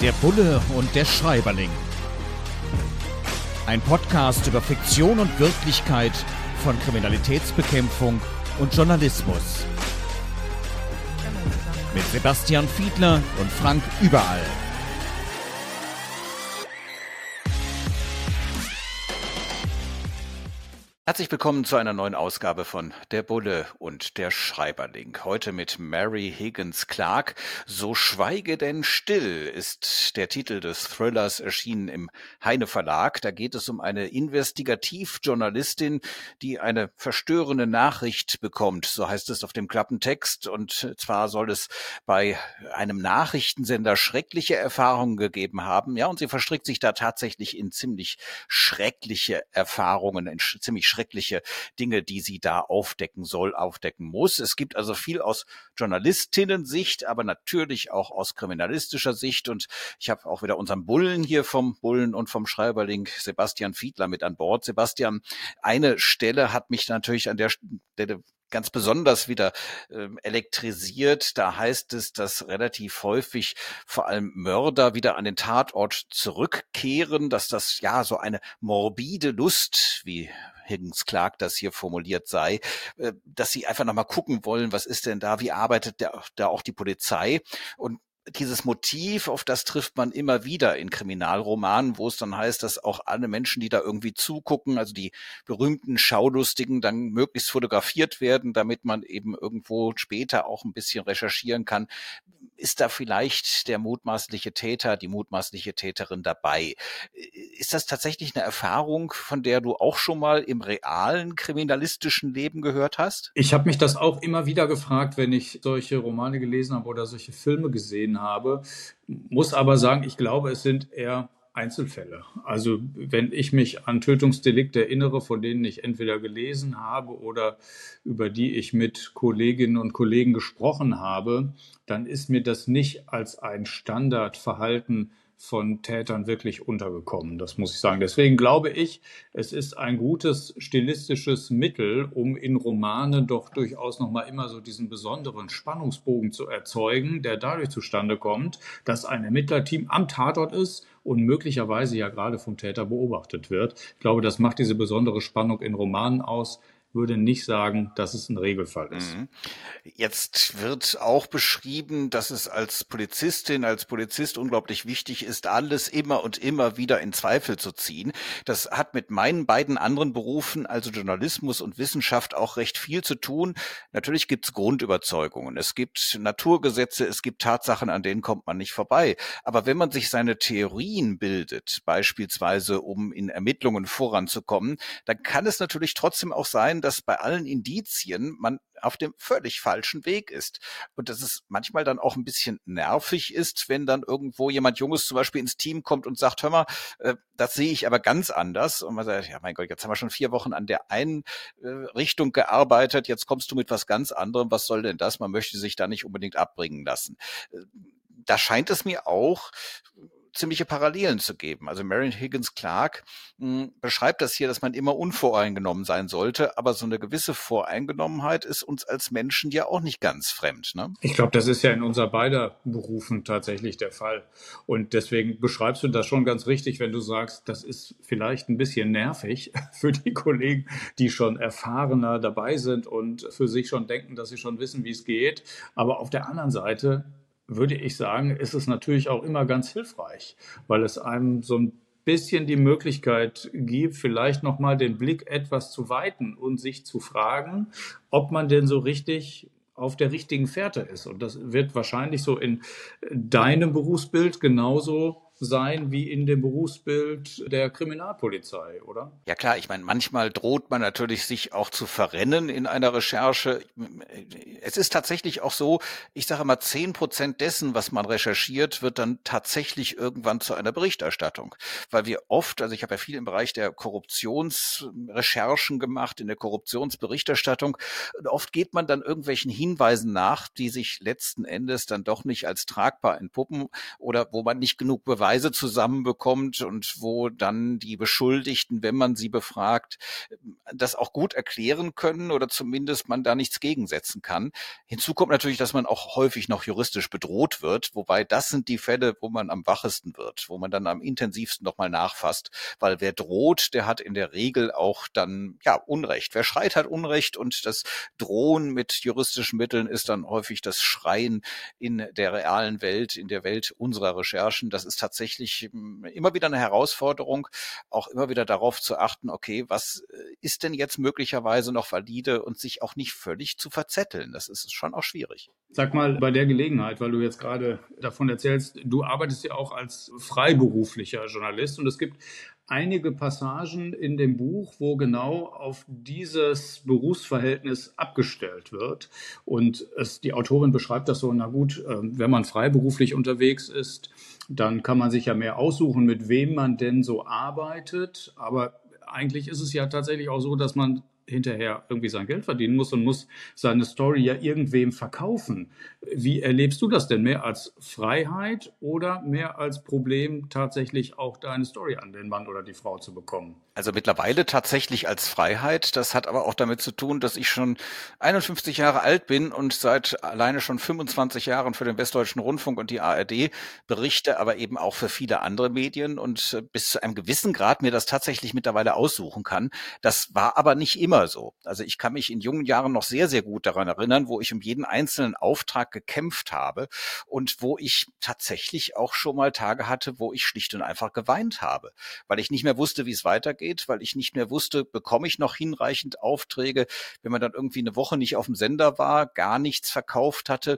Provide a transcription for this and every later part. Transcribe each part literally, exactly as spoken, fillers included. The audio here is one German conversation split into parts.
Der Bulle und der Schreiberling. Ein Podcast über Fiktion und Wirklichkeit von Kriminalitätsbekämpfung und Journalismus. Mit Sebastian Fiedler und Frank Überall. Herzlich willkommen zu einer neuen Ausgabe von Der Bulle und der Schreiberling. Heute mit Mary Higgins Clark. So schweige denn still ist der Titel des Thrillers, erschienen im Heine Verlag. Da geht es um eine Investigativjournalistin, die eine verstörende Nachricht bekommt. So heißt es auf dem Klappentext. Und zwar soll es bei einem Nachrichtensender schreckliche Erfahrungen gegeben haben. Ja, und sie verstrickt sich da tatsächlich in ziemlich schreckliche Erfahrungen, in ziemlich schreckliche Dinge, die sie da aufdecken soll, aufdecken muss. Es gibt also viel aus Journalistinnen-Sicht, aber natürlich auch aus kriminalistischer Sicht. Und ich habe auch wieder unseren Bullen hier vom Bullen und vom Schreiberling, Sebastian Fiedler, mit an Bord. Sebastian, eine Stelle hat mich natürlich an der Stelle ganz besonders wieder äh, elektrisiert. Da heißt es, dass relativ häufig vor allem Mörder wieder an den Tatort zurückkehren, dass das ja so eine morbide Lust, wie Higgins Clark das hier formuliert sei, äh, dass sie einfach nochmal gucken wollen, was ist denn da, wie arbeitet der, da auch die Polizei. Und dieses Motiv, auf das trifft man immer wieder in Kriminalromanen, wo es dann heißt, dass auch alle Menschen, die da irgendwie zugucken, also die berühmten Schaulustigen, dann möglichst fotografiert werden, damit man eben irgendwo später auch ein bisschen recherchieren kann. Ist da vielleicht der mutmaßliche Täter, die mutmaßliche Täterin dabei? Ist das tatsächlich eine Erfahrung, von der du auch schon mal im realen kriminalistischen Leben gehört hast? Ich habe mich das auch immer wieder gefragt, wenn ich solche Romane gelesen habe oder solche Filme gesehen habe. Muss aber sagen, ich glaube, es sind eher Einzelfälle. Also wenn ich mich an Tötungsdelikte erinnere, von denen ich entweder gelesen habe oder über die ich mit Kolleginnen und Kollegen gesprochen habe, dann ist mir das nicht als ein Standardverhalten von Tätern wirklich untergekommen, das muss ich sagen. Deswegen glaube ich, es ist ein gutes stilistisches Mittel, um in Romanen doch durchaus nochmal immer so diesen besonderen Spannungsbogen zu erzeugen, der dadurch zustande kommt, dass ein Ermittlerteam am Tatort ist und möglicherweise ja gerade vom Täter beobachtet wird. Ich glaube, das macht diese besondere Spannung in Romanen aus. Würde nicht sagen, dass es ein Regelfall ist. Jetzt wird auch beschrieben, dass es als Polizistin, als Polizist unglaublich wichtig ist, alles immer und immer wieder in Zweifel zu ziehen. Das hat mit meinen beiden anderen Berufen, also Journalismus und Wissenschaft, auch recht viel zu tun. Natürlich gibt es Grundüberzeugungen, es gibt Naturgesetze, es gibt Tatsachen, an denen kommt man nicht vorbei. Aber wenn man sich seine Theorien bildet, beispielsweise um in Ermittlungen voranzukommen, dann kann es natürlich trotzdem auch sein, dass bei allen Indizien man auf dem völlig falschen Weg ist. Und dass es manchmal dann auch ein bisschen nervig ist, wenn dann irgendwo jemand Junges zum Beispiel ins Team kommt und sagt, hör mal, äh, das sehe ich aber ganz anders. Und man sagt, ja mein Gott, jetzt haben wir schon vier Wochen an der einen äh, Richtung gearbeitet, jetzt kommst du mit was ganz anderem. Was soll denn das? Man möchte sich da nicht unbedingt abbringen lassen. Äh, da scheint es mir auch ziemliche Parallelen zu geben. Also Mary Higgins Clark mh, beschreibt das hier, dass man immer unvoreingenommen sein sollte, aber so eine gewisse Voreingenommenheit ist uns als Menschen ja auch nicht ganz fremd, ne? Ich glaube, das ist ja in unser beider Berufen tatsächlich der Fall. Und deswegen beschreibst du das schon ganz richtig, wenn du sagst, das ist vielleicht ein bisschen nervig für die Kollegen, die schon erfahrener dabei sind und für sich schon denken, dass sie schon wissen, wie es geht. Aber auf der anderen Seite würde ich sagen, ist es natürlich auch immer ganz hilfreich, weil es einem so ein bisschen die Möglichkeit gibt, vielleicht nochmal den Blick etwas zu weiten und sich zu fragen, ob man denn so richtig auf der richtigen Fährte ist. Und das wird wahrscheinlich so in deinem Berufsbild genauso sein wie in dem Berufsbild der Kriminalpolizei, oder? Ja klar, ich meine, manchmal droht man natürlich, sich auch zu verrennen in einer Recherche. Es ist tatsächlich auch so, ich sage mal, zehn Prozent dessen, was man recherchiert, wird dann tatsächlich irgendwann zu einer Berichterstattung. Weil wir oft, also ich habe ja viel im Bereich der Korruptionsrecherchen gemacht, in der Korruptionsberichterstattung, und oft geht man dann irgendwelchen Hinweisen nach, die sich letzten Endes dann doch nicht als tragbar entpuppen oder wo man nicht genug Beweise Beweise zusammenbekommt und wo dann die Beschuldigten, wenn man sie befragt, das auch gut erklären können oder zumindest man da nichts gegensetzen kann. Hinzu kommt natürlich, dass man auch häufig noch juristisch bedroht wird, wobei das sind die Fälle, wo man am wachesten wird, wo man dann am intensivsten nochmal nachfasst, weil wer droht, der hat in der Regel auch dann ja Unrecht. Wer schreit, hat Unrecht und das Drohen mit juristischen Mitteln ist dann häufig das Schreien in der realen Welt, in der Welt unserer Recherchen. Das ist tatsächlich immer wieder eine Herausforderung, auch immer wieder darauf zu achten, okay, was ist denn jetzt möglicherweise noch valide und sich auch nicht völlig zu verzetteln. Das ist schon auch schwierig. Sag mal, bei der Gelegenheit, weil du jetzt gerade davon erzählst, du arbeitest ja auch als freiberuflicher Journalist und es gibt einige Passagen in dem Buch, wo genau auf dieses Berufsverhältnis abgestellt wird. Und es, die Autorin beschreibt das so, na gut, wenn man freiberuflich unterwegs ist, dann kann man sich ja mehr aussuchen, mit wem man denn so arbeitet. Aber eigentlich ist es ja tatsächlich auch so, dass man hinterher irgendwie sein Geld verdienen muss und muss seine Story ja irgendwem verkaufen. Wie erlebst du das denn? Mehr als Freiheit oder mehr als Problem, tatsächlich auch deine Story an den Mann oder die Frau zu bekommen? Also mittlerweile tatsächlich als Freiheit. Das hat aber auch damit zu tun, dass ich schon einundfünfzig Jahre alt bin und seit alleine schon fünfundzwanzig Jahren für den Westdeutschen Rundfunk und die A R D berichte, aber eben auch für viele andere Medien und bis zu einem gewissen Grad mir das tatsächlich mittlerweile aussuchen kann. Das war aber nicht immer so. Also ich kann mich in jungen Jahren noch sehr, sehr gut daran erinnern, wo ich um jeden einzelnen Auftrag gekämpft habe und wo ich tatsächlich auch schon mal Tage hatte, wo ich schlicht und einfach geweint habe, weil ich nicht mehr wusste, wie es weitergeht. Weil ich nicht mehr wusste, bekomme ich noch hinreichend Aufträge. Wenn man dann irgendwie eine Woche nicht auf dem Sender war, gar nichts verkauft hatte,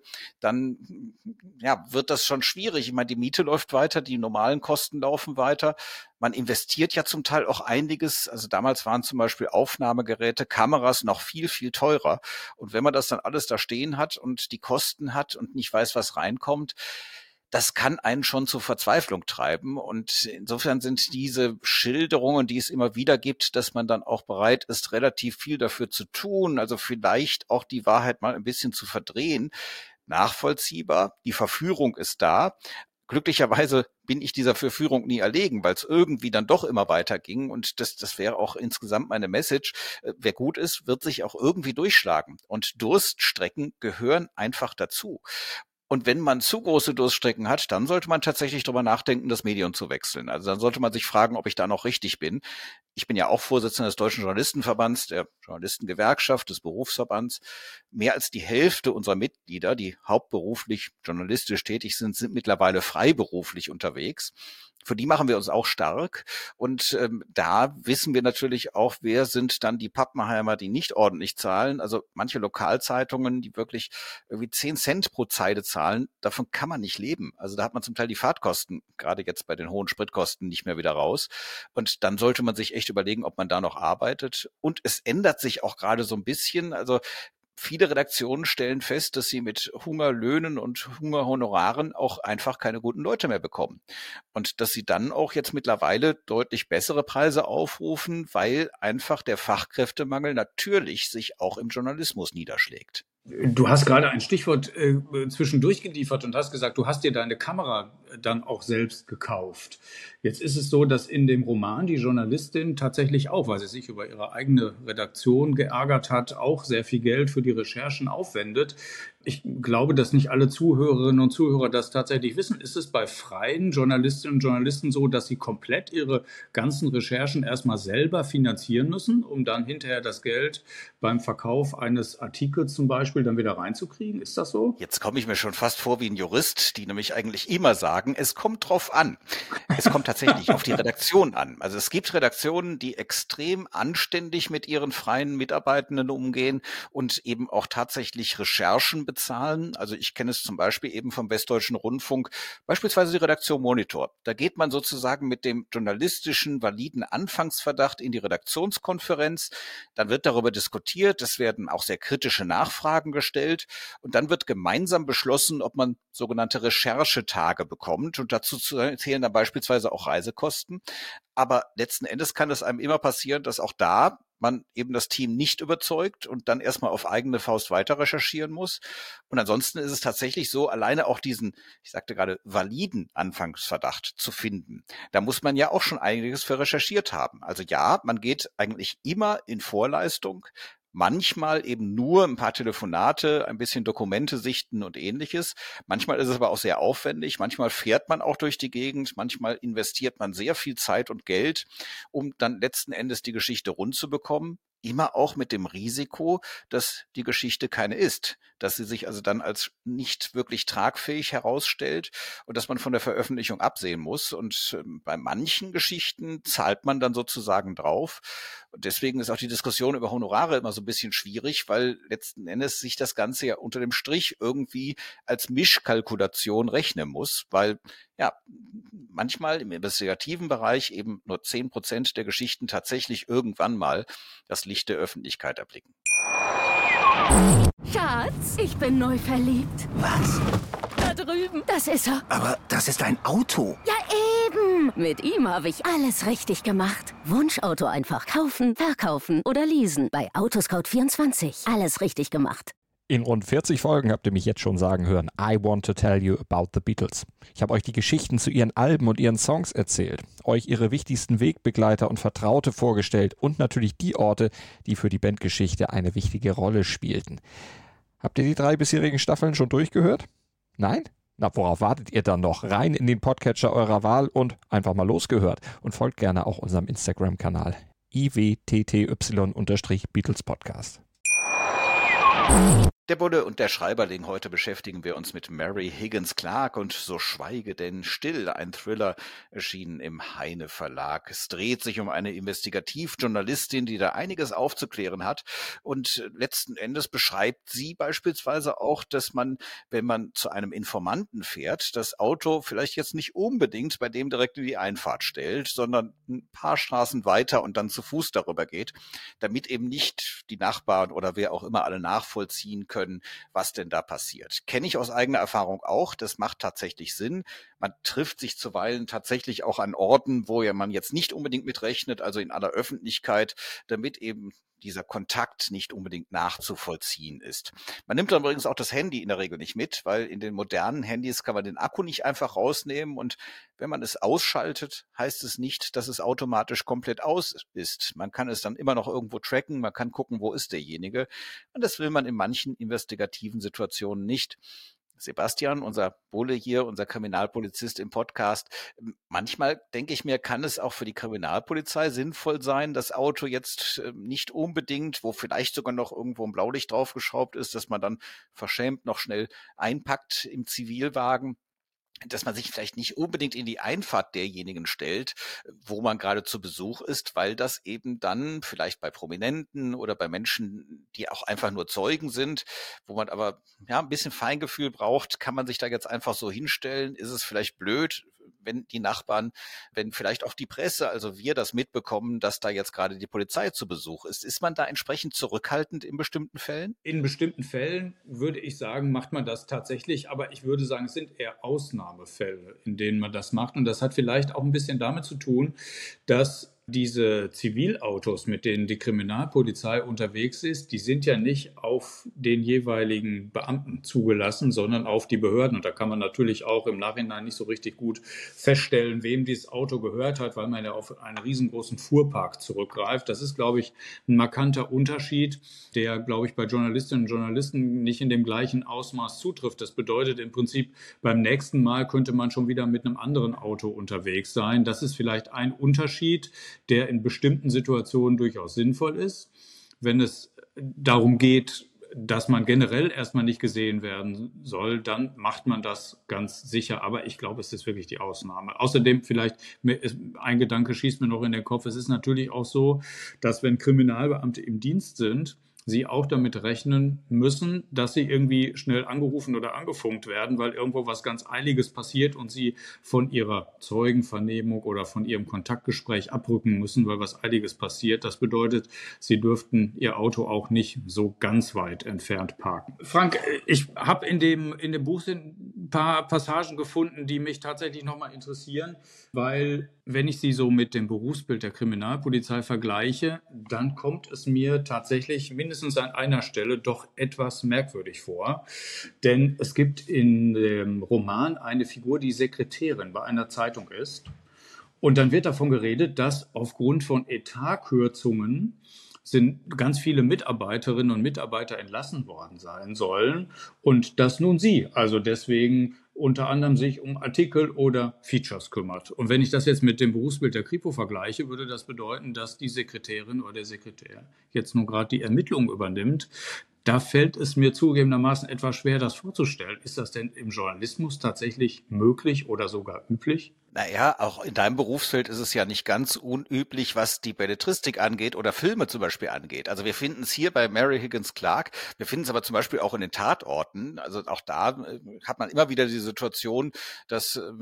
dann ja, wird das schon schwierig. Ich meine, die Miete läuft weiter, die normalen Kosten laufen weiter. Man investiert ja zum Teil auch einiges. Also damals waren zum Beispiel Aufnahmegeräte, Kameras noch viel, viel teurer. Und wenn man das dann alles da stehen hat und die Kosten hat und nicht weiß, was reinkommt, das kann einen schon zur Verzweiflung treiben. Und insofern sind diese Schilderungen, die es immer wieder gibt, dass man dann auch bereit ist, relativ viel dafür zu tun, also vielleicht auch die Wahrheit mal ein bisschen zu verdrehen, nachvollziehbar. Die Verführung ist da. Glücklicherweise bin ich dieser Verführung nie erlegen, weil es irgendwie dann doch immer weiterging. Und das, das wäre auch insgesamt meine Message. Wer gut ist, wird sich auch irgendwie durchschlagen. Und Durststrecken gehören einfach dazu. Und wenn man zu große Durststrecken hat, dann sollte man tatsächlich darüber nachdenken, das Medium zu wechseln. Also dann sollte man sich fragen, ob ich da noch richtig bin. Ich bin ja auch Vorsitzender des Deutschen Journalistenverbands, der Journalistengewerkschaft, des Berufsverbands. Mehr als die Hälfte unserer Mitglieder, die hauptberuflich journalistisch tätig sind, sind mittlerweile freiberuflich unterwegs. Für die machen wir uns auch stark. Und ähm, da wissen wir natürlich auch, wer sind dann die Pappenheimer, die nicht ordentlich zahlen. Also manche Lokalzeitungen, die wirklich irgendwie zehn Cent pro Zeile zahlen, davon kann man nicht leben. Also da hat man zum Teil die Fahrtkosten, gerade jetzt bei den hohen Spritkosten, nicht mehr wieder raus. Und dann sollte man sich echt überlegen, ob man da noch arbeitet. Und es ändert sich auch gerade so ein bisschen. Also viele Redaktionen stellen fest, dass sie mit Hungerlöhnen und Hungerhonoraren auch einfach keine guten Leute mehr bekommen. Und dass sie dann auch jetzt mittlerweile deutlich bessere Preise aufrufen, weil einfach der Fachkräftemangel natürlich sich auch im Journalismus niederschlägt. Du hast gerade ein Stichwort äh, zwischendurch geliefert und hast gesagt, du hast dir deine Kamera dann auch selbst gekauft. Jetzt ist es so, dass in dem Roman die Journalistin tatsächlich auch, weil sie sich über ihre eigene Redaktion geärgert hat, auch sehr viel Geld für die Recherchen aufwendet. Ich glaube, dass nicht alle Zuhörerinnen und Zuhörer das tatsächlich wissen. Ist es bei freien Journalistinnen und Journalisten so, dass sie komplett ihre ganzen Recherchen erstmal selber finanzieren müssen, um dann hinterher das Geld beim Verkauf eines Artikels zum Beispiel dann wieder reinzukriegen? Ist das so? Jetzt komme ich mir schon fast vor wie ein Jurist, die nämlich eigentlich immer sagen, es kommt drauf an. Es kommt tatsächlich auf die Redaktion an. Also es gibt Redaktionen, die extrem anständig mit ihren freien Mitarbeitenden umgehen und eben auch tatsächlich Recherchen bezahlen. Also ich kenne es zum Beispiel eben vom Westdeutschen Rundfunk, beispielsweise die Redaktion Monitor. Da geht man sozusagen mit dem journalistischen, validen Anfangsverdacht in die Redaktionskonferenz. Dann wird darüber diskutiert. Es werden auch sehr kritische Nachfragen gestellt. Und dann wird gemeinsam beschlossen, ob man sogenannte Recherchetage bekommt. Und dazu zählen dann beispielsweise auch Reisekosten. Aber letzten Endes kann es einem immer passieren, dass auch da man eben das Team nicht überzeugt und dann erstmal auf eigene Faust weiter recherchieren muss. Und ansonsten ist es tatsächlich so, alleine auch diesen, ich sagte gerade, validen Anfangsverdacht zu finden. Da muss man ja auch schon einiges für recherchiert haben. Also ja, man geht eigentlich immer in Vorleistung, manchmal eben nur ein paar Telefonate, ein bisschen Dokumente sichten und ähnliches. Manchmal ist es aber auch sehr aufwendig. Manchmal fährt man auch durch die Gegend. Manchmal investiert man sehr viel Zeit und Geld, um dann letzten Endes die Geschichte rund zu bekommen. Immer auch mit dem Risiko, dass die Geschichte keine ist, dass sie sich also dann als nicht wirklich tragfähig herausstellt und dass man von der Veröffentlichung absehen muss. Und ähm, bei manchen Geschichten zahlt man dann sozusagen drauf. Und deswegen ist auch die Diskussion über Honorare immer so ein bisschen schwierig, weil letzten Endes sich das Ganze ja unter dem Strich irgendwie als Mischkalkulation rechnen muss, weil ja, manchmal im investigativen Bereich eben nur zehn Prozent der Geschichten tatsächlich irgendwann mal das Licht der Öffentlichkeit erblicken. Schatz, ich bin neu verliebt. Was? Da drüben. Das ist er. Aber das ist ein Auto. Ja, eben. Mit ihm habe ich alles richtig gemacht. Wunschauto einfach kaufen, verkaufen oder leasen. Bei Autoscout vierundzwanzig. Alles richtig gemacht. In rund vierzig Folgen habt ihr mich jetzt schon sagen hören, I want to tell you about the Beatles. Ich habe euch die Geschichten zu ihren Alben und ihren Songs erzählt, euch ihre wichtigsten Wegbegleiter und Vertraute vorgestellt und natürlich die Orte, die für die Bandgeschichte eine wichtige Rolle spielten. Habt ihr die drei bisherigen Staffeln schon durchgehört? Nein? Na, worauf wartet ihr dann noch? Rein in den Podcatcher eurer Wahl und einfach mal losgehört. Und folgt gerne auch unserem Instagram-Kanal I W T T Y-Beatles Podcast. Der Bulle und der Schreiberling. Heute beschäftigen wir uns mit Mary Higgins Clark und So schweige denn still, ein Thriller, erschienen im Heine Verlag. Es dreht sich um eine Investigativjournalistin, die da einiges aufzuklären hat, und letzten Endes beschreibt sie beispielsweise auch, dass man, wenn man zu einem Informanten fährt, das Auto vielleicht jetzt nicht unbedingt bei dem direkt in die Einfahrt stellt, sondern ein paar Straßen weiter und dann zu Fuß darüber geht, damit eben nicht die Nachbarn oder wer auch immer alle nachvollziehen können, können, was denn da passiert. Kenne ich aus eigener Erfahrung auch, das macht tatsächlich Sinn. Man trifft sich zuweilen tatsächlich auch an Orten, wo ja man jetzt nicht unbedingt mit rechnet, also in aller Öffentlichkeit, damit eben dieser Kontakt nicht unbedingt nachzuvollziehen ist. Man nimmt dann übrigens auch das Handy in der Regel nicht mit, weil in den modernen Handys kann man den Akku nicht einfach rausnehmen, und wenn man es ausschaltet, heißt es nicht, dass es automatisch komplett aus ist. Man kann es dann immer noch irgendwo tracken, man kann gucken, wo ist derjenige, und das will man in manchen investigativen Situationen nicht. Sebastian, unser Bulle hier, unser Kriminalpolizist im Podcast, manchmal denke ich mir, kann es auch für die Kriminalpolizei sinnvoll sein, das Auto jetzt nicht unbedingt, wo vielleicht sogar noch irgendwo ein Blaulicht draufgeschraubt ist, dass man dann verschämt noch schnell einpackt im Zivilwagen, dass man sich vielleicht nicht unbedingt in die Einfahrt derjenigen stellt, wo man gerade zu Besuch ist, weil das eben dann vielleicht bei Prominenten oder bei Menschen, die auch einfach nur Zeugen sind, wo man aber ja ein bisschen Feingefühl braucht, kann man sich da jetzt einfach so hinstellen? Ist es vielleicht blöd, wenn die Nachbarn, wenn vielleicht auch die Presse, also wir das mitbekommen, dass da jetzt gerade die Polizei zu Besuch ist? Ist man da entsprechend zurückhaltend in bestimmten Fällen? In bestimmten Fällen würde ich sagen, macht man das tatsächlich, aber ich würde sagen, es sind eher Ausnahmefälle, in denen man das macht. Und das hat vielleicht auch ein bisschen damit zu tun, dass diese Zivilautos, mit denen die Kriminalpolizei unterwegs ist, die sind ja nicht auf den jeweiligen Beamten zugelassen, sondern auf die Behörden. Und da kann man natürlich auch im Nachhinein nicht so richtig gut feststellen, wem dieses Auto gehört hat, weil man ja auf einen riesengroßen Fuhrpark zurückgreift. Das ist, glaube ich, ein markanter Unterschied, der, glaube ich, bei Journalistinnen und Journalisten nicht in dem gleichen Ausmaß zutrifft. Das bedeutet im Prinzip, beim nächsten Mal könnte man schon wieder mit einem anderen Auto unterwegs sein. Das ist vielleicht ein Unterschied, der in bestimmten Situationen durchaus sinnvoll ist. Wenn es darum geht, dass man generell erstmal nicht gesehen werden soll, dann macht man das ganz sicher. Aber ich glaube, es ist wirklich die Ausnahme. Außerdem vielleicht, ein Gedanke schießt mir noch in den Kopf, es ist natürlich auch so, dass wenn Kriminalbeamte im Dienst sind, sie auch damit rechnen müssen, dass sie irgendwie schnell angerufen oder angefunkt werden, weil irgendwo was ganz Eiliges passiert und sie von ihrer Zeugenvernehmung oder von ihrem Kontaktgespräch abrücken müssen, weil was Eiliges passiert. Das bedeutet, sie dürften ihr Auto auch nicht so ganz weit entfernt parken. Frank, ich habe in dem, in dem Buch sind ein paar Passagen gefunden, die mich tatsächlich nochmal interessieren, weil wenn ich sie so mit dem Berufsbild der Kriminalpolizei vergleiche, dann kommt es mir tatsächlich mindestens an einer Stelle doch etwas merkwürdig vor. Denn es gibt in dem Roman eine Figur, die Sekretärin bei einer Zeitung ist. Und dann wird davon geredet, dass aufgrund von Etatkürzungen sind ganz viele Mitarbeiterinnen und Mitarbeiter entlassen worden sein sollen und dass nun sie also deswegen unter anderem sich um Artikel oder Features kümmert. Und wenn ich das jetzt mit dem Berufsbild der Kripo vergleiche, würde das bedeuten, dass die Sekretärin oder der Sekretär jetzt nun gerade die Ermittlungen übernimmt. Da fällt es mir zugegebenermaßen etwas schwer, das vorzustellen. Ist das denn im Journalismus tatsächlich möglich oder sogar üblich? Naja, auch in deinem Berufsfeld ist es ja nicht ganz unüblich, was die Belletristik angeht oder Filme zum Beispiel angeht. Also wir finden es hier bei Mary Higgins Clark, wir finden es aber zum Beispiel auch in den Tatorten. Also auch da äh, hat man immer wieder die Situation, dass äh,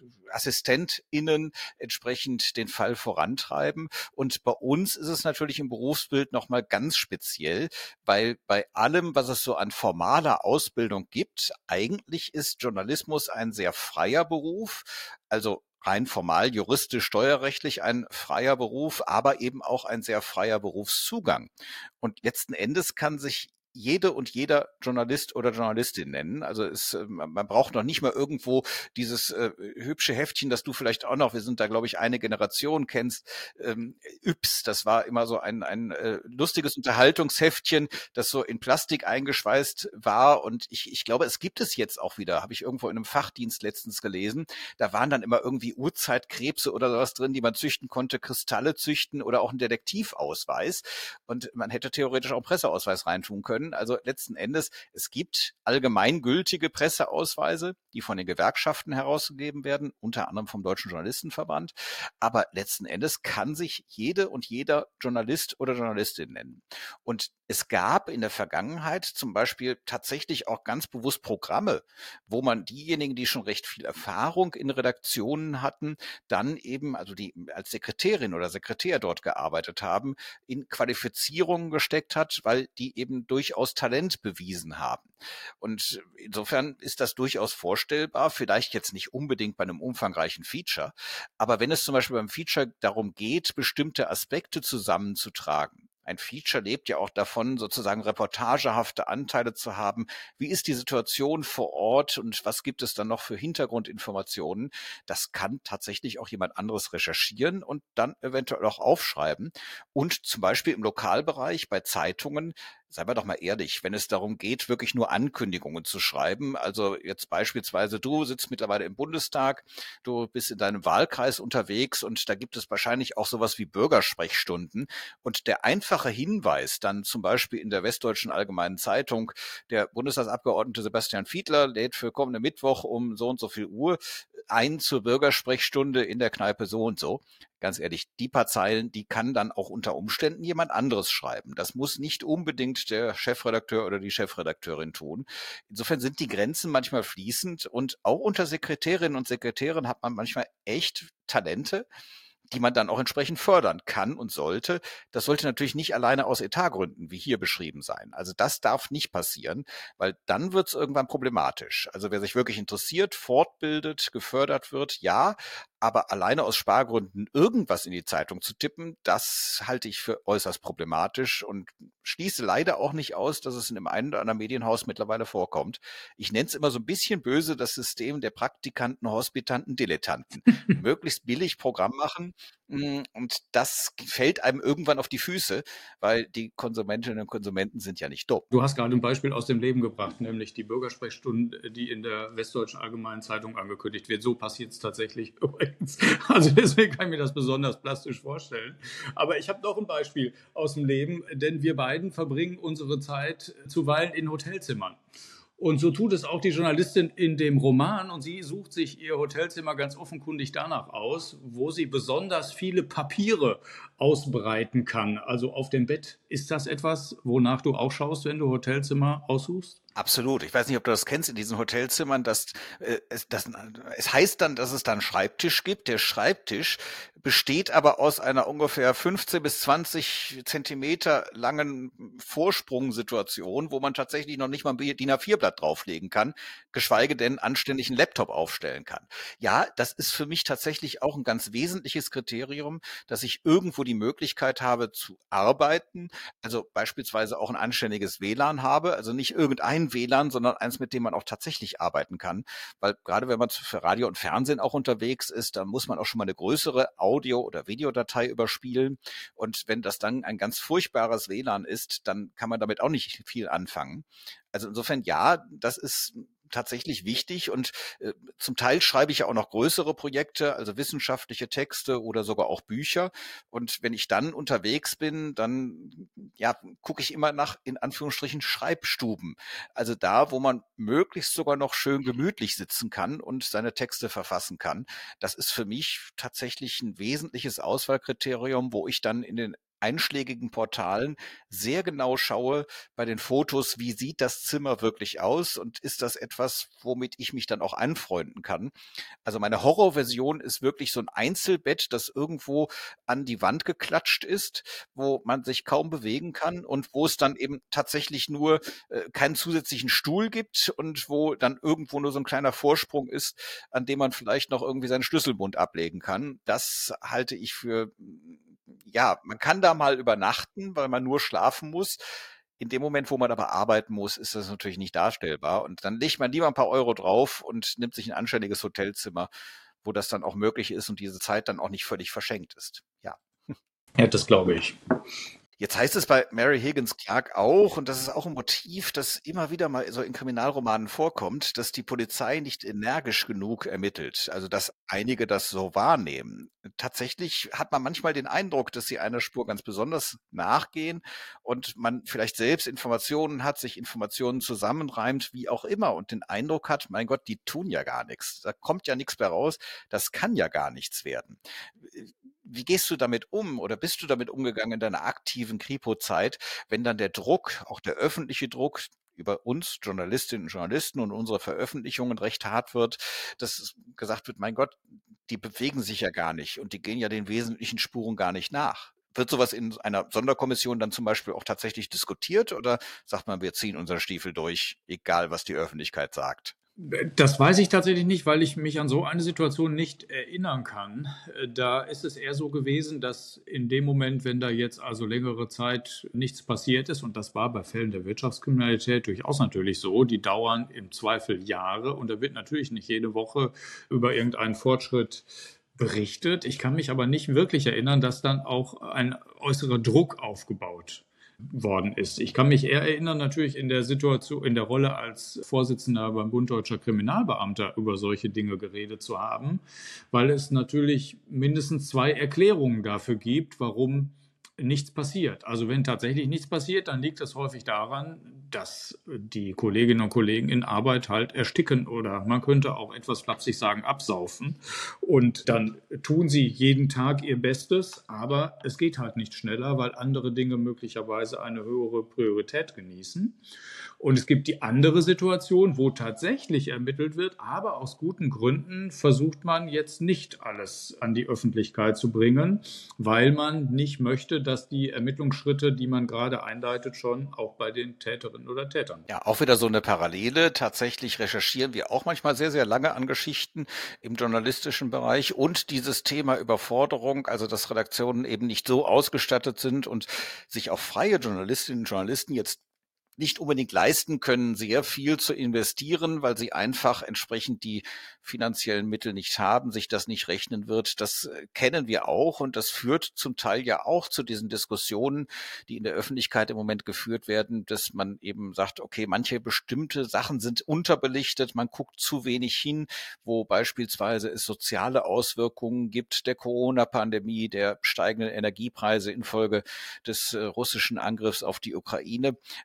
AssistentInnen entsprechend den Fall vorantreiben. Und bei uns ist es natürlich im Berufsbild nochmal ganz speziell, weil bei allem, was es so an formaler Ausbildung gibt, eigentlich ist Journalismus ein sehr freier Beruf. Also rein formal, juristisch, steuerrechtlich ein freier Beruf, aber eben auch ein sehr freier Berufszugang. Und letzten Endes kann sich jede und jeder Journalist oder Journalistin nennen. Also es, man braucht noch nicht mal irgendwo dieses äh, hübsche Heftchen, das du vielleicht auch noch, wir sind da, glaube ich, eine Generation kennst, ähm, Yps, das war immer so ein, ein äh, lustiges Unterhaltungsheftchen, das so in Plastik eingeschweißt war. Und ich, ich glaube, es gibt es jetzt auch wieder, habe ich irgendwo in einem Fachdienst letztens gelesen. Da waren dann immer irgendwie Urzeitkrebse oder sowas drin, die man züchten konnte, Kristalle züchten oder auch ein Detektivausweis. Und man hätte theoretisch auch einen Presseausweis reintun können. Also letzten Endes, es gibt allgemeingültige Presseausweise, die von den Gewerkschaften herausgegeben werden, unter anderem vom Deutschen Journalistenverband. Aber letzten Endes kann sich jede und jeder Journalist oder Journalistin nennen. Und es gab in der Vergangenheit zum Beispiel tatsächlich auch ganz bewusst Programme, wo man diejenigen, die schon recht viel Erfahrung in Redaktionen hatten, dann eben, also die als Sekretärin oder Sekretär dort gearbeitet haben, in Qualifizierungen gesteckt hat, weil die eben durchaus Talent bewiesen haben. Und insofern ist das durchaus vorstellbar, vielleicht jetzt nicht unbedingt bei einem umfangreichen Feature, aber wenn es zum Beispiel beim Feature darum geht, bestimmte Aspekte zusammenzutragen. Ein Feature lebt ja auch davon, sozusagen reportagehafte Anteile zu haben. Wie ist die Situation vor Ort und was gibt es dann noch für Hintergrundinformationen? Das kann tatsächlich auch jemand anderes recherchieren und dann eventuell auch aufschreiben. Und zum Beispiel im Lokalbereich bei Zeitungen, seien wir doch mal ehrlich, wenn es darum geht, wirklich nur Ankündigungen zu schreiben, also jetzt beispielsweise du sitzt mittlerweile im Bundestag, du bist in deinem Wahlkreis unterwegs und da gibt es wahrscheinlich auch sowas wie Bürgersprechstunden und der einfache Hinweis dann zum Beispiel in der Westdeutschen Allgemeinen Zeitung, der Bundestagsabgeordnete Sebastian Fiedler lädt für kommenden Mittwoch um so und so viel Uhr ein zur Bürgersprechstunde in der Kneipe so und so. Ganz ehrlich, die paar Zeilen, die kann dann auch unter Umständen jemand anderes schreiben. Das muss nicht unbedingt der Chefredakteur oder die Chefredakteurin tun. Insofern sind die Grenzen manchmal fließend und auch unter Sekretärinnen und Sekretären hat man manchmal echt Talente, die man dann auch entsprechend fördern kann und sollte. Das sollte natürlich nicht alleine aus Etatgründen, wie hier beschrieben sein. Also das darf nicht passieren, weil dann wird es irgendwann problematisch. Also wer sich wirklich interessiert, fortbildet, gefördert wird, ja, aber alleine aus Spargründen irgendwas in die Zeitung zu tippen, das halte ich für äußerst problematisch und schließe leider auch nicht aus, dass es in dem einen oder anderen Medienhaus mittlerweile vorkommt. Ich nenne es immer so ein bisschen böse das System der Praktikanten, Hospitanten, Dilettanten. Möglichst billig Programm machen und das fällt einem irgendwann auf die Füße, weil die Konsumentinnen und Konsumenten sind ja nicht dumm. Du hast gerade ein Beispiel aus dem Leben gebracht, nämlich die Bürgersprechstunde, die in der Westdeutschen Allgemeinen Zeitung angekündigt wird. So passiert es tatsächlich übrigens. Also deswegen kann ich mir das besonders plastisch vorstellen. Aber ich habe noch ein Beispiel aus dem Leben, denn wir beiden verbringen unsere Zeit zuweilen in Hotelzimmern. Und so tut es auch die Journalistin in dem Roman und sie sucht sich ihr Hotelzimmer ganz offenkundig danach aus, wo sie besonders viele Papiere ausbreiten kann, also auf dem Bett. Ist das etwas, wonach du auch schaust, wenn du Hotelzimmer aussuchst? Absolut. Ich weiß nicht, ob du das kennst in diesen Hotelzimmern, dass äh, es, das, es heißt dann, dass es da einen Schreibtisch gibt. Der Schreibtisch besteht aber aus einer ungefähr fünfzehn bis zwanzig Zentimeter langen Vorsprungsituation, wo man tatsächlich noch nicht mal ein D I N A vier Blatt drauflegen kann, geschweige denn anständig einen Laptop aufstellen kann. Ja, das ist für mich tatsächlich auch ein ganz wesentliches Kriterium, dass ich irgendwo die Möglichkeit habe zu arbeiten, also beispielsweise auch ein anständiges W L A N habe, also nicht irgendein W L A N, sondern eins, mit dem man auch tatsächlich arbeiten kann. Weil gerade wenn man für Radio und Fernsehen auch unterwegs ist, dann muss man auch schon mal eine größere Audio- oder Videodatei überspielen. Und wenn das dann ein ganz furchtbares W L A N ist, dann kann man damit auch nicht viel anfangen. Also insofern, ja, das ist tatsächlich wichtig und äh, zum Teil schreibe ich ja auch noch größere Projekte, also wissenschaftliche Texte oder sogar auch Bücher. Und wenn ich dann unterwegs bin, dann ja, gucke ich immer nach, in Anführungsstrichen, Schreibstuben. Also da, wo man möglichst sogar noch schön gemütlich sitzen kann und seine Texte verfassen kann. Das ist für mich tatsächlich ein wesentliches Auswahlkriterium, wo ich dann in den einschlägigen Portalen sehr genau schaue bei den Fotos, wie sieht das Zimmer wirklich aus und ist das etwas, womit ich mich dann auch anfreunden kann. Also meine Horrorversion ist wirklich so ein Einzelbett, das irgendwo an die Wand geklatscht ist, wo man sich kaum bewegen kann und wo es dann eben tatsächlich nur äh, keinen zusätzlichen Stuhl gibt und wo dann irgendwo nur so ein kleiner Vorsprung ist, an dem man vielleicht noch irgendwie seinen Schlüsselbund ablegen kann. Das halte ich für, ja, man kann da mal übernachten, weil man nur schlafen muss. In dem Moment, wo man aber arbeiten muss, ist das natürlich nicht darstellbar. Und dann legt man lieber ein paar Euro drauf und nimmt sich ein anständiges Hotelzimmer, wo das dann auch möglich ist und diese Zeit dann auch nicht völlig verschenkt ist. Ja. Ja, das glaube ich. Jetzt heißt es bei Mary Higgins Clark auch, und das ist auch ein Motiv, das immer wieder mal so in Kriminalromanen vorkommt, dass die Polizei nicht energisch genug ermittelt, also dass einige das so wahrnehmen. Tatsächlich hat man manchmal den Eindruck, dass sie einer Spur ganz besonders nachgehen und man vielleicht selbst Informationen hat, sich Informationen zusammenreimt, wie auch immer, und den Eindruck hat, mein Gott, die tun ja gar nichts, da kommt ja nichts mehr raus, das kann ja gar nichts werden. Wie gehst du damit um oder bist du damit umgegangen in deiner aktiven Kripo-Zeit, wenn dann der Druck, auch der öffentliche Druck über uns Journalistinnen und Journalisten und unsere Veröffentlichungen recht hart wird, dass gesagt wird, mein Gott, die bewegen sich ja gar nicht und die gehen ja den wesentlichen Spuren gar nicht nach. Wird sowas in einer Sonderkommission dann zum Beispiel auch tatsächlich diskutiert oder sagt man, wir ziehen unseren Stiefel durch, egal was die Öffentlichkeit sagt? Das weiß ich tatsächlich nicht, weil ich mich an so eine Situation nicht erinnern kann. Da ist es eher so gewesen, dass in dem Moment, wenn da jetzt also längere Zeit nichts passiert ist, und das war bei Fällen der Wirtschaftskriminalität durchaus natürlich so, die dauern im Zweifel Jahre und da wird natürlich nicht jede Woche über irgendeinen Fortschritt berichtet. Ich kann mich aber nicht wirklich erinnern, dass dann auch ein äußerer Druck aufgebaut worden ist. Ich kann mich eher erinnern, natürlich in der Situation, in der Rolle als Vorsitzender beim Bund Deutscher Kriminalbeamter über solche Dinge geredet zu haben, weil es natürlich mindestens zwei Erklärungen dafür gibt, warum nichts passiert. Also wenn tatsächlich nichts passiert, dann liegt es häufig daran, dass die Kolleginnen und Kollegen in Arbeit halt ersticken oder man könnte auch etwas flapsig sagen, absaufen. Und dann tun sie jeden Tag ihr Bestes, aber es geht halt nicht schneller, weil andere Dinge möglicherweise eine höhere Priorität genießen. Und es gibt die andere Situation, wo tatsächlich ermittelt wird, aber aus guten Gründen versucht man jetzt nicht alles an die Öffentlichkeit zu bringen, weil man nicht möchte, dass die Ermittlungsschritte, die man gerade einleitet, schon auch bei den Täterinnen oder Tätern. Ja, auch wieder so eine Parallele. Tatsächlich recherchieren wir auch manchmal sehr, sehr lange an Geschichten im journalistischen Bereich und dieses Thema Überforderung, also dass Redaktionen eben nicht so ausgestattet sind und sich auch freie Journalistinnen und Journalisten jetzt nicht unbedingt leisten können, sehr viel zu investieren, weil sie einfach entsprechend die finanziellen Mittel nicht haben, sich das nicht rechnen wird. Das kennen wir auch und das führt zum Teil ja auch zu diesen Diskussionen, die in der Öffentlichkeit im Moment geführt werden, dass man eben sagt, okay, manche bestimmte Sachen sind unterbelichtet, man guckt zu wenig hin, wo beispielsweise es soziale Auswirkungen gibt der Corona-Pandemie, der steigenden Energiepreise infolge des äh, russischen Angriffs auf die Ukraine. Also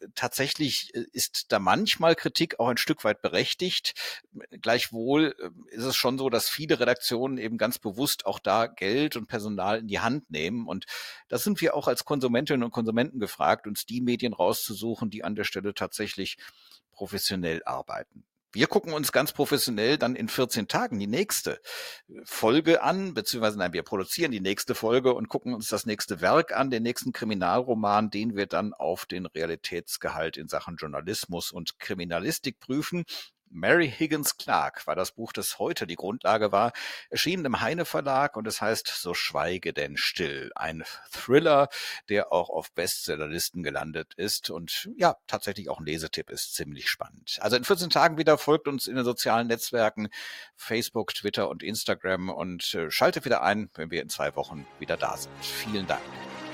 tatsächlich ist da manchmal Kritik auch ein Stück weit berechtigt. Gleichwohl ist es schon so, dass viele Redaktionen eben ganz bewusst auch da Geld und Personal in die Hand nehmen. Und da sind wir auch als Konsumentinnen und Konsumenten gefragt, uns die Medien rauszusuchen, die an der Stelle tatsächlich professionell arbeiten. Wir gucken uns ganz professionell dann in vierzehn Tagen die nächste Folge an, beziehungsweise nein, wir produzieren die nächste Folge und gucken uns das nächste Werk an, den nächsten Kriminalroman, den wir dann auf den Realitätsgehalt in Sachen Journalismus und Kriminalistik prüfen. Mary Higgins Clark war das Buch, das heute die Grundlage war, erschienen im Heine Verlag und es heißt So schweige denn still. Ein Thriller, der auch auf Bestsellerlisten gelandet ist und ja, tatsächlich auch ein Lesetipp ist, ziemlich spannend. Also in vierzehn Tagen wieder, folgt uns in den sozialen Netzwerken Facebook, Twitter und Instagram und äh, schaltet wieder ein, wenn wir in zwei Wochen wieder da sind. Vielen Dank.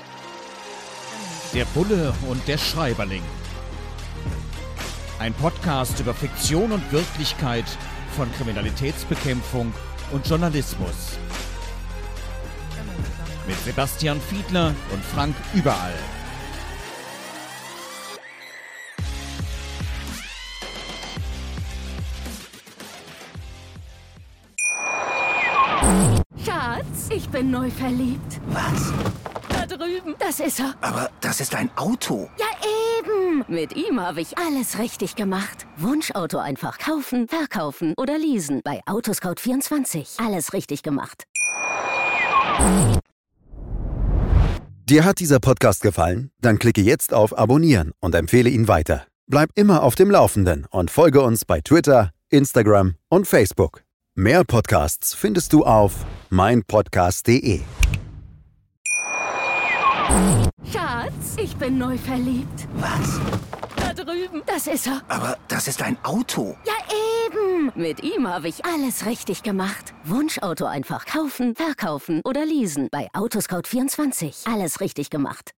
Der Bulle und der Schreiberling. Ein Podcast über Fiktion und Wirklichkeit von Kriminalitätsbekämpfung und Journalismus. Mit Sebastian Fiedler und Frank Überall. Schatz, ich bin neu verliebt. Was? Da drüben. Das ist er. Aber das ist ein Auto. Ja, eben. Mit ihm habe ich alles richtig gemacht. Wunschauto einfach kaufen, verkaufen oder leasen. Bei Autoscout vierundzwanzig. Alles richtig gemacht. Dir hat dieser Podcast gefallen? Dann klicke jetzt auf Abonnieren und empfehle ihn weiter. Bleib immer auf dem Laufenden und folge uns bei Twitter, Instagram und Facebook. Mehr Podcasts findest du auf meinpodcast punkt de. Schatz, ich bin neu verliebt. Was? Da drüben. Das ist er. Aber das ist ein Auto. Ja, eben. Mit ihm habe ich alles richtig gemacht. Wunschauto einfach kaufen, verkaufen oder leasen. Bei Autoscout vierundzwanzig. Alles richtig gemacht.